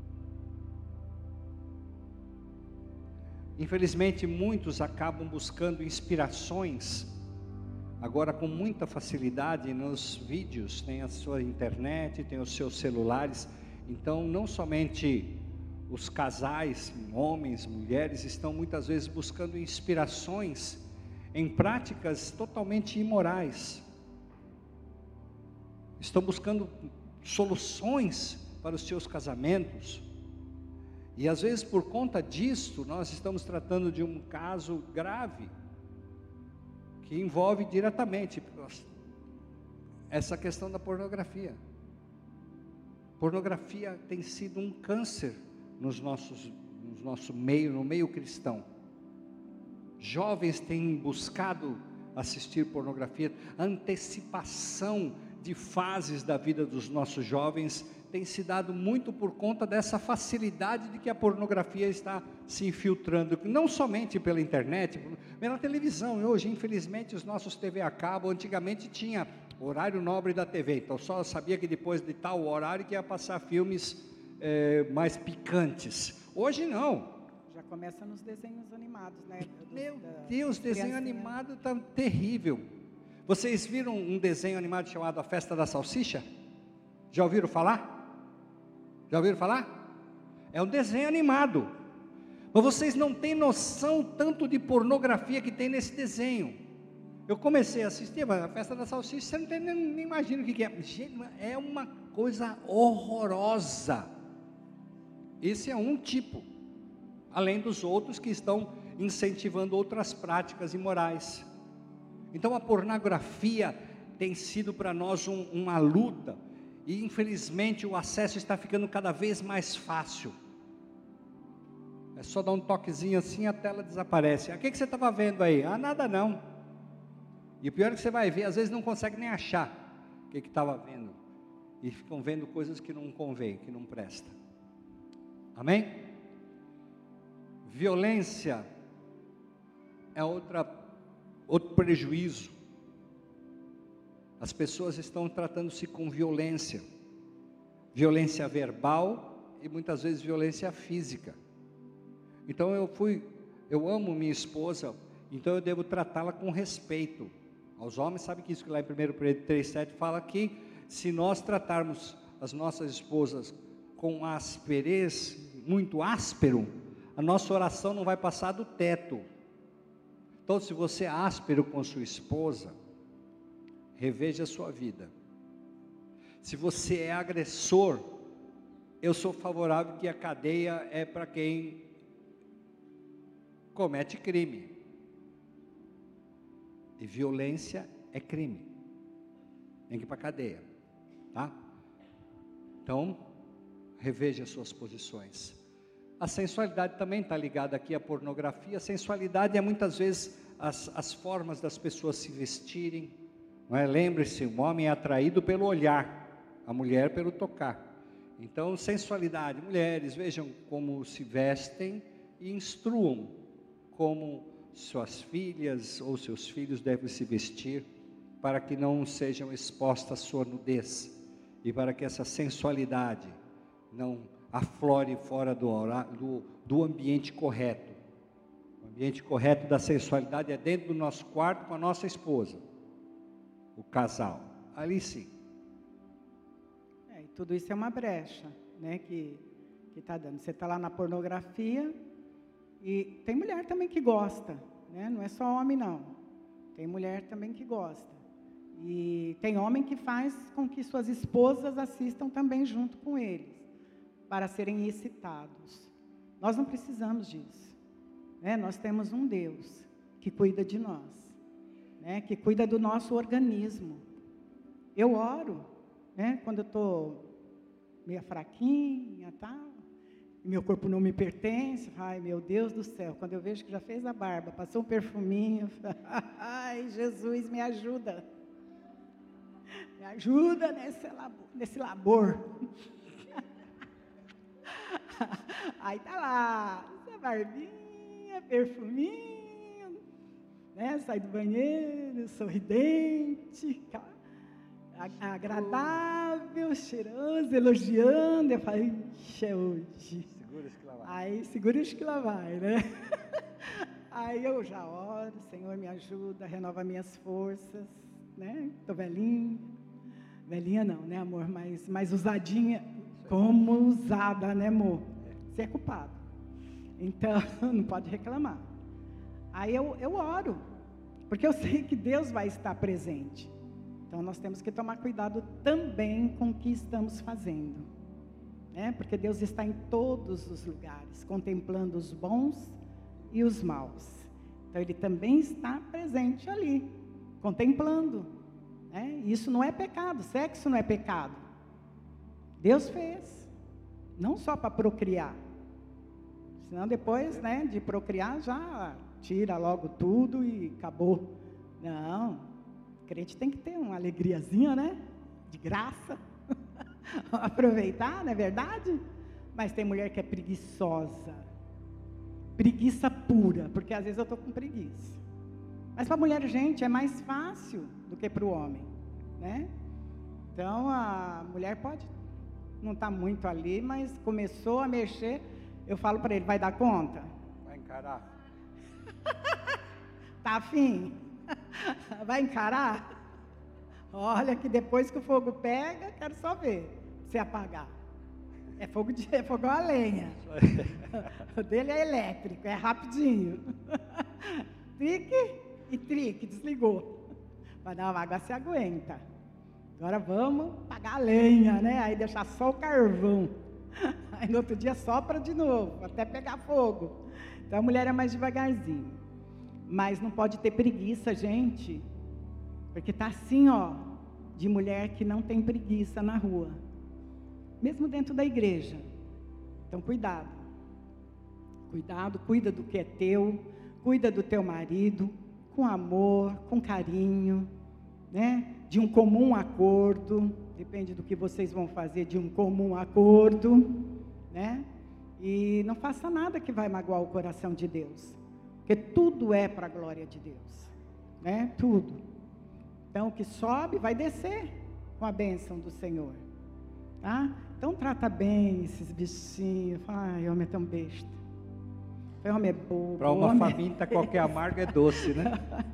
A: Infelizmente, muitos acabam buscando inspirações, agora com muita facilidade, nos vídeos, tem a sua internet, tem os seus celulares. Então, não somente os casais, homens, mulheres, estão muitas vezes buscando inspirações em práticas totalmente imorais. Estão buscando soluções para os seus casamentos, e às vezes por conta disso, nós estamos tratando de um caso grave, que envolve diretamente essa questão da pornografia. Pornografia tem sido um câncer no nosso meio, no meio cristão. Jovens têm buscado assistir pornografia, antecipação de fases da vida dos nossos jovens tem se dado muito por conta dessa facilidade de que a pornografia está se infiltrando, não somente pela internet, pela televisão. E hoje, infelizmente, os nossos TV a cabo, antigamente tinha horário nobre da TV, então só sabia que depois de tal horário que ia passar filmes mais picantes. Hoje não.
B: Já começa nos desenhos animados, né?
A: Meu Deus, desenho animado está terrível. Vocês viram um desenho animado chamado A Festa da Salsicha? Já ouviram falar? Já ouviram falar? É um desenho animado. Mas vocês não têm noção tanto de pornografia que tem nesse desenho. Eu comecei a assistir, mas A Festa da Salsicha, você não tem, nem imagina o que é. Gente, é uma coisa horrorosa. Esse é um tipo, além dos outros que estão incentivando outras práticas imorais. Então a pornografia tem sido para nós uma luta, e infelizmente o acesso está ficando cada vez mais fácil. É só dar um toquezinho assim, a tela desaparece. O que você estava vendo aí? Ah, nada não. E o pior é que você vai ver, às vezes não consegue nem achar o que estava vendo, e ficam vendo coisas que não convém, que não presta. Amém? Violência é outro prejuízo. As pessoas estão tratando-se com violência verbal e muitas vezes violência física. Então eu amo minha esposa, então eu devo tratá-la com respeito. Aos homens, sabe que isso que lá em 1 Pedro 3,7 fala que se nós tratarmos as nossas esposas com asperez, muito áspero, a nossa oração não vai passar do teto. Então, se você é áspero com sua esposa, reveja a sua vida. Se você é agressor, eu sou favorável que a cadeia é para quem comete crime. E violência é crime. Tem que ir para a cadeia, tá? Então, reveja as suas posições. A sensualidade também está ligada aqui à pornografia. A sensualidade é muitas vezes as formas das pessoas se vestirem, não é? Lembre-se, o homem é atraído pelo olhar, a mulher pelo tocar. Então, sensualidade, mulheres, vejam como se vestem e instruam como suas filhas ou seus filhos devem se vestir, para que não sejam expostas à sua nudez, e para que essa sensualidade não aflore fora do ambiente correto. O ambiente correto da sensualidade é dentro do nosso quarto com a nossa esposa, o casal, ali sim.
B: E tudo isso é uma brecha, né, que está dando. Você está lá na pornografia, e tem mulher também que gosta, né, não é só homem não, tem mulher também que gosta. E tem homem que faz com que suas esposas assistam também junto com eles, para serem excitados. Nós não precisamos disso. Né? Nós temos um Deus que cuida de nós, né? Que cuida do nosso organismo. Eu oro, né? Quando eu estou meio fraquinha, tal, e meu corpo não me pertence, ai meu Deus do céu, quando eu vejo que já fez a barba, passou um perfuminho, ai Jesus, me ajuda nesse labor. Aí tá lá, essa barbinha, perfuminho, né? Sai do banheiro, sorridente, agradável, cheiroso, elogiando. Eu falei, ixi, é hoje.
A: Segura-se que lá vai.
B: Aí, segura-se que lá vai, né? Aí eu já oro, Senhor, me ajuda, renova minhas forças, né? Tô velhinha. Velhinha não, né, amor? Mais usadinha. Como usada, né, amor? Você é culpado. Então, não pode reclamar. Aí eu oro, porque eu sei que Deus vai estar presente. Então, nós temos que tomar cuidado também com o que estamos fazendo. Né? Porque Deus está em todos os lugares, contemplando os bons e os maus. Então, Ele também está presente ali, contemplando. Né? Isso não é pecado, sexo não é pecado. Deus fez, não só para procriar. Senão depois, né, de procriar, já tira logo tudo e acabou. Não, o crente tem que ter uma alegriazinha, né? De graça. Aproveitar, não é verdade? Mas tem mulher que é preguiçosa. Preguiça pura, porque às vezes eu estou com preguiça. Mas para a mulher, gente, é mais fácil do que para o homem, né? Então, a mulher pode não estar muito ali, mas começou a mexer, eu falo para ele, vai dar conta?
A: Vai encarar.
B: Tá afim? Vai encarar? Olha que depois que o fogo pega, quero só ver se apagar. É fogo a lenha. O dele é elétrico, é rapidinho. Trique e trique, desligou. Mas não, a água se aguenta. Agora vamos pagar a lenha, né? Aí deixar só o carvão. Aí no outro dia sopra de novo, até pegar fogo. Então a mulher é mais devagarzinho. Mas não pode ter preguiça, gente. Porque tá assim, ó, de mulher que não tem preguiça na rua. Mesmo dentro da igreja. Então cuidado. Cuidado, cuida do que é teu. Cuida do teu marido. Com amor, com carinho, né? De um comum acordo, depende do que vocês vão fazer, de um comum acordo, né? E não faça nada que vai magoar o coração de Deus, porque tudo é para a glória de Deus, né? Tudo. Então, o que sobe vai descer com a bênção do Senhor, tá? Então, trata bem esses bichinhos. Ai, homem é tão besta. Homem é bobo.
A: Para uma faminta, qualquer amargo é doce, né?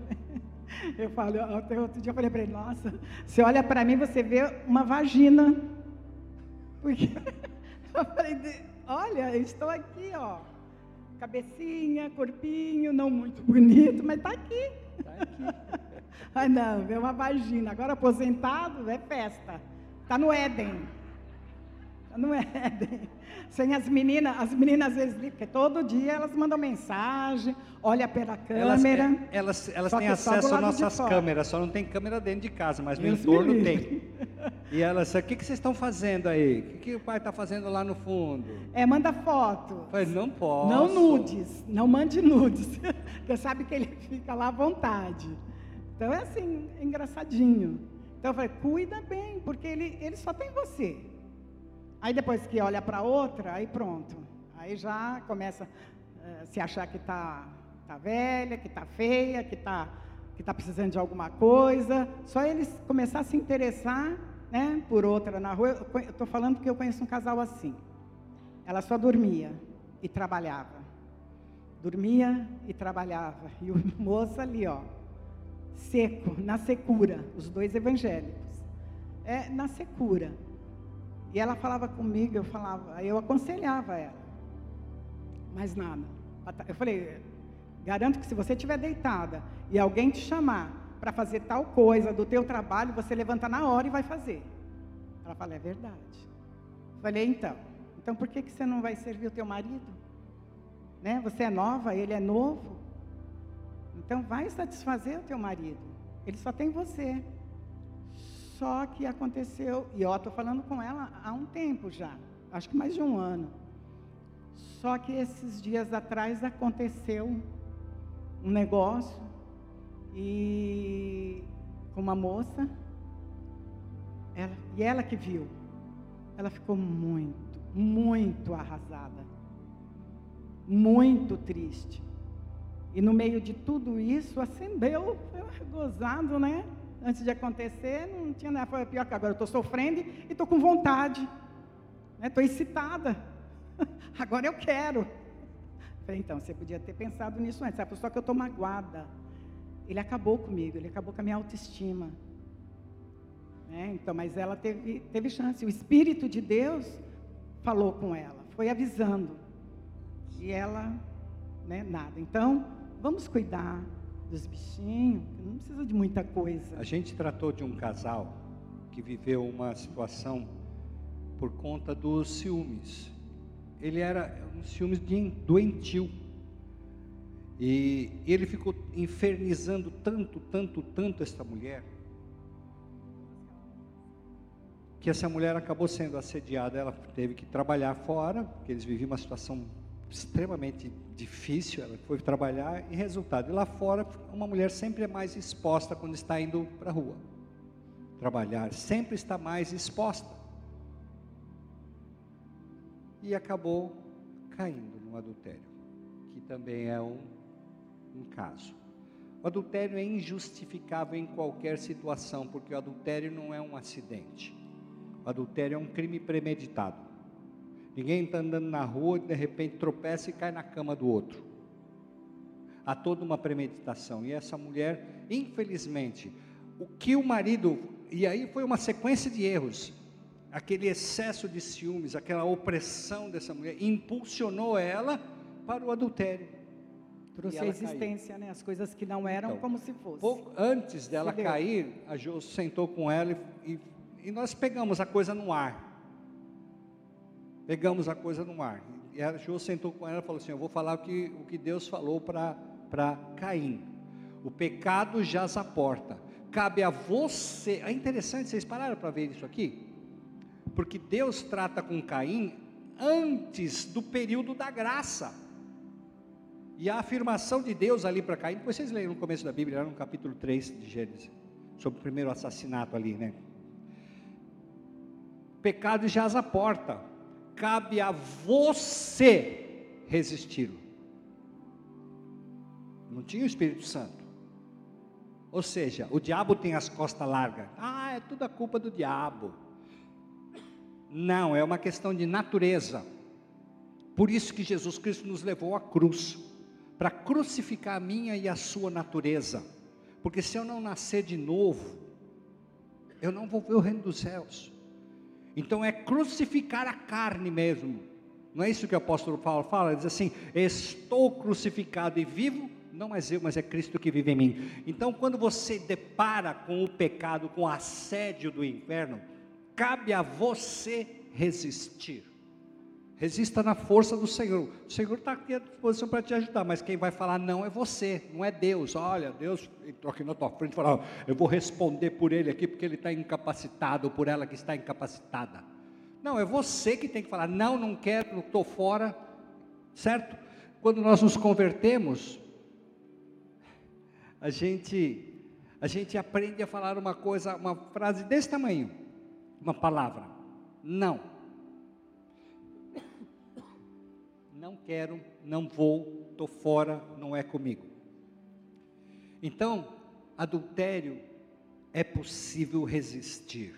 B: Eu falo, até outro dia eu falei para ele, nossa, você olha para mim, você vê uma vagina. Porque eu falei, olha, eu estou aqui, ó. Cabecinha, corpinho, não muito bonito, mas está aqui.
A: Está aqui.
B: Ah, não, vê uma vagina. Agora aposentado, é festa. Está no Éden. Está no Éden. Sem as meninas às vezes ligam, porque todo dia elas mandam mensagem, olha pela câmera.
A: Elas têm acesso às nossas câmeras, só não tem câmera dentro de casa, mas no entorno tem. E elas, o que vocês estão fazendo aí? O que o pai está fazendo lá no fundo?
B: Manda foto.
A: Mas não posso.
B: Não nudes, não mande nudes, porque sabe que ele fica lá à vontade. Então é assim, é engraçadinho. Então eu falei, cuida bem, porque ele só tem você. Aí depois que olha para outra, aí pronto. Aí já começa a se achar que está velha, que está feia, que está precisando de alguma coisa. Só eles começar a se interessar, né, por outra na rua. Eu estou falando porque eu conheço um casal assim. Ela só dormia e trabalhava. Dormia e trabalhava. E o moço ali, ó, seco, na secura. Os dois evangélicos. Na secura. E ela falava comigo, eu aconselhava ela. Mas nada. Eu falei, garanto que se você estiver deitada e alguém te chamar para fazer tal coisa do teu trabalho, você levanta na hora e vai fazer. Ela falou, é verdade. Eu falei, então por que você não vai servir o teu marido? né? Você é nova, ele é novo. Então vai satisfazer o teu marido. Ele só tem você. Só que aconteceu, e eu estou falando com ela há um tempo já, acho que mais de um ano. Só que esses dias atrás aconteceu um negócio e com uma moça, ela que viu, ela ficou muito, muito arrasada, muito triste. E no meio de tudo isso, acendeu, foi gozado, né? Antes de acontecer, não tinha nada, foi pior que agora eu estou sofrendo e estou com vontade, estou excitada, agora eu quero. Falei, então, você podia ter pensado nisso antes, só que eu estou magoada. Ele acabou comigo, ele acabou com a minha autoestima. Então, mas ela teve chance, o Espírito de Deus falou com ela, foi avisando, e ela, nada. Então, vamos cuidar dos bichinhos, não precisa de muita coisa.
A: A gente tratou de um casal que viveu uma situação por conta dos ciúmes. Ele era um ciúmes doentio. E ele ficou infernizando tanto essa mulher, que essa mulher acabou sendo assediada. Ela teve que trabalhar fora, porque eles viviam uma situação extremamente difícil. Ela foi trabalhar e resultado, e lá fora uma mulher sempre é mais exposta quando está indo para a rua trabalhar, sempre está mais exposta, e acabou caindo no adultério, que também é um caso. O adultério é injustificável em qualquer situação, porque o adultério não é um acidente, o adultério é um crime premeditado. Ninguém está andando na rua e de repente tropeça e cai na cama do outro. Há toda uma premeditação. E essa mulher, infelizmente, o que o marido, e aí foi uma sequência de erros, aquele excesso de ciúmes, aquela opressão dessa mulher, impulsionou ela para o adultério.
B: Trouxe a existência, as coisas que não eram como se fosse.
A: Pouco antes dela cair, a Jo sentou com ela e nós pegamos a coisa no ar. E a Jo sentou com ela e falou assim: eu vou falar o que Deus falou para Caim. O pecado jaz à porta, cabe a você. É interessante, vocês pararam para ver isso aqui? Porque Deus trata com Caim antes do período da graça. E a afirmação de Deus ali para Caim, depois vocês leram no começo da Bíblia, lá no capítulo 3 de Gênesis, sobre o primeiro assassinato ali, Pecado jaz à porta, cabe a você resisti-lo. Não tinha o Espírito Santo. Ou seja, o diabo tem as costas largas. É tudo a culpa do diabo. Não, é uma questão de natureza. Por isso que Jesus Cristo nos levou à cruz, para crucificar a minha e a sua natureza. Porque se eu não nascer de novo, eu não vou ver o reino dos céus. Então é crucificar a carne mesmo. Não é isso que o apóstolo Paulo fala? Ele diz assim: estou crucificado e vivo, não mais eu, mas é Cristo que vive em mim. Então quando você depara com o pecado, com o assédio do inferno, cabe a você resistir. Resista na força do Senhor. O Senhor está aqui à disposição para te ajudar, mas quem vai falar não é você, não é Deus. Olha, Deus entrou aqui na tua frente e falou: eu vou responder por ele aqui, porque ele está incapacitado, ou por ela que está incapacitada. Não, é você que tem que falar: não quero, estou fora, certo? Quando nós nos convertemos, a gente aprende a falar uma coisa, uma frase desse tamanho, uma palavra: não. Não quero, não vou, estou fora, não é comigo. Então, adultério é possível resistir.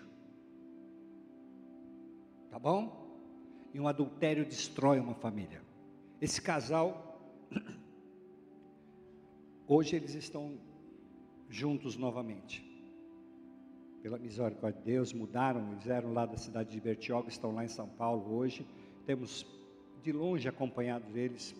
A: Tá bom? E um adultério destrói uma família. Esse casal, hoje eles estão juntos novamente. Pela misericórdia de Deus, mudaram, eles eram lá da cidade de Bertioga, estão lá em São Paulo hoje. Temos de longe acompanhado eles,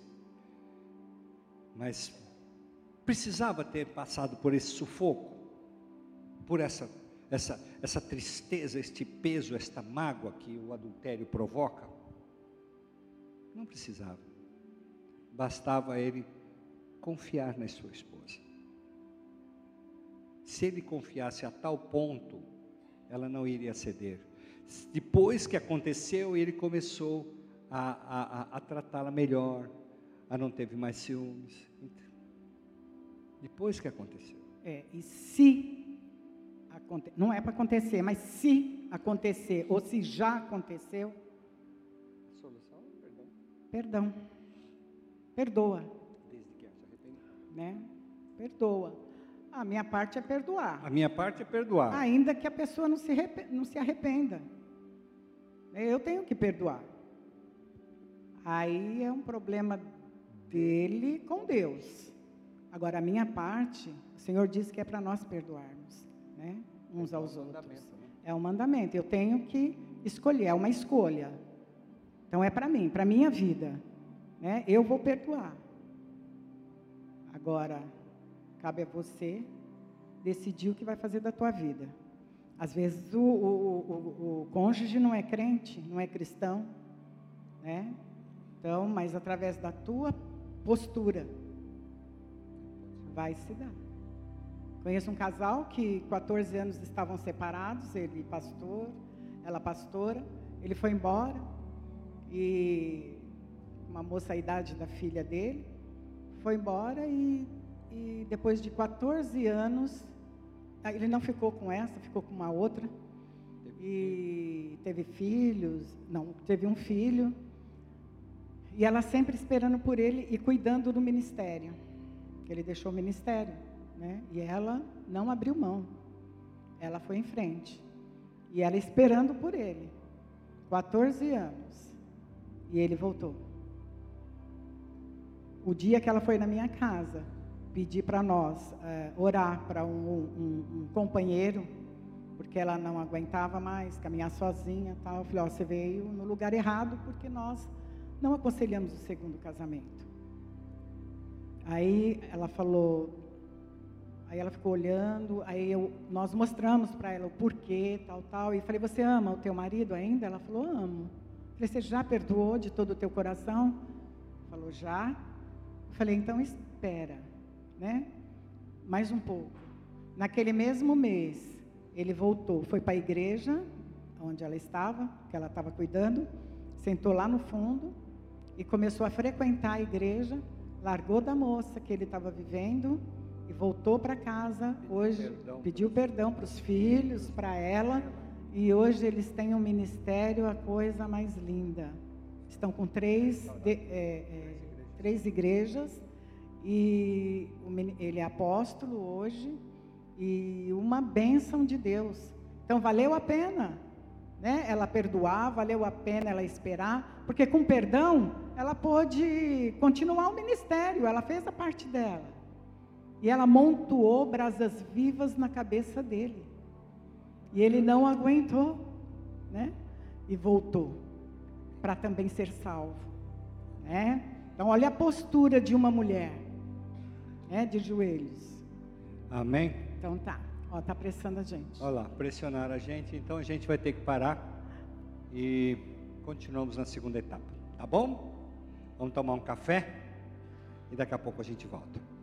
A: mas precisava ter passado por esse sufoco, por essa tristeza, este peso, esta mágoa que o adultério provoca? Não precisava, bastava ele confiar na sua esposa. Se ele confiasse a tal ponto, ela não iria ceder. Depois que aconteceu, ele começou a tratá-la melhor, a não teve mais ciúmes. Depois que aconteceu.
B: E se não é para acontecer, mas se acontecer, ou se já aconteceu,
A: A solução é perdão.
B: perdão. Perdoa,
A: Desde que se arrependa.
B: né? Perdoa. A minha parte é perdoar.
A: A minha parte é perdoar.
B: Ainda que a pessoa não se arrependa. Eu tenho que perdoar. Aí é um problema dele com Deus. Agora, a minha parte, o Senhor disse que é para nós perdoarmos, né? Uns aos outros. É um mandamento. Eu tenho que escolher, é uma escolha. Então, é para mim, para a minha vida, né? Eu vou perdoar. Agora, cabe a você decidir o que vai fazer da tua vida. Às vezes o cônjuge não é crente, não é cristão, né? Então, mas através da tua postura, vai se dar. Conheço um casal que 14 anos estavam separados, ele pastor, ela pastora, ele foi embora, e uma moça a idade da filha dele, foi embora e depois de 14 anos, ele não ficou com essa, ficou com uma outra, e teve um filho, e ela sempre esperando por ele e cuidando do ministério, que ele deixou o ministério, né? E ela não abriu mão, ela foi em frente, e ela esperando por ele, 14 anos, e ele voltou. O dia que ela foi na minha casa, pedir para nós orar para um companheiro, porque ela não aguentava mais caminhar sozinha, tal. Eu falei, você veio no lugar errado, porque nós não aconselhamos o segundo casamento. Aí ela falou, aí ela ficou olhando, aí nós mostramos para ela o porquê, tal, e falei, você ama o teu marido ainda? Ela falou, amo. Eu falei, você já perdoou de todo o teu coração? Falou, já. Eu falei, então espera, né? Mais um pouco. Naquele mesmo mês, ele voltou, foi para a igreja, onde ela estava, que ela estava cuidando, sentou lá no fundo e começou a frequentar a igreja, largou da moça que ele estava vivendo e voltou para casa. Hoje pediu perdão para os filhos, para ela, e hoje eles têm um ministério, a coisa mais linda. Estão com três igrejas, e ele é apóstolo hoje, e uma bênção de Deus. Então valeu a pena, né? Ela perdoar, valeu a pena ela esperar, porque com perdão ela pôde continuar o ministério, ela fez a parte dela, e ela montuou brasas vivas na cabeça dele, e ele não aguentou, né? E voltou para também ser salvo, né? Então olha a postura de uma mulher, né? De joelhos.
A: Amém?
B: Então tá, tá pressando a gente.
A: Olha lá, pressionaram a gente, então a gente vai ter que parar e continuamos na segunda etapa, tá bom? Vamos tomar um café e daqui a pouco a gente volta.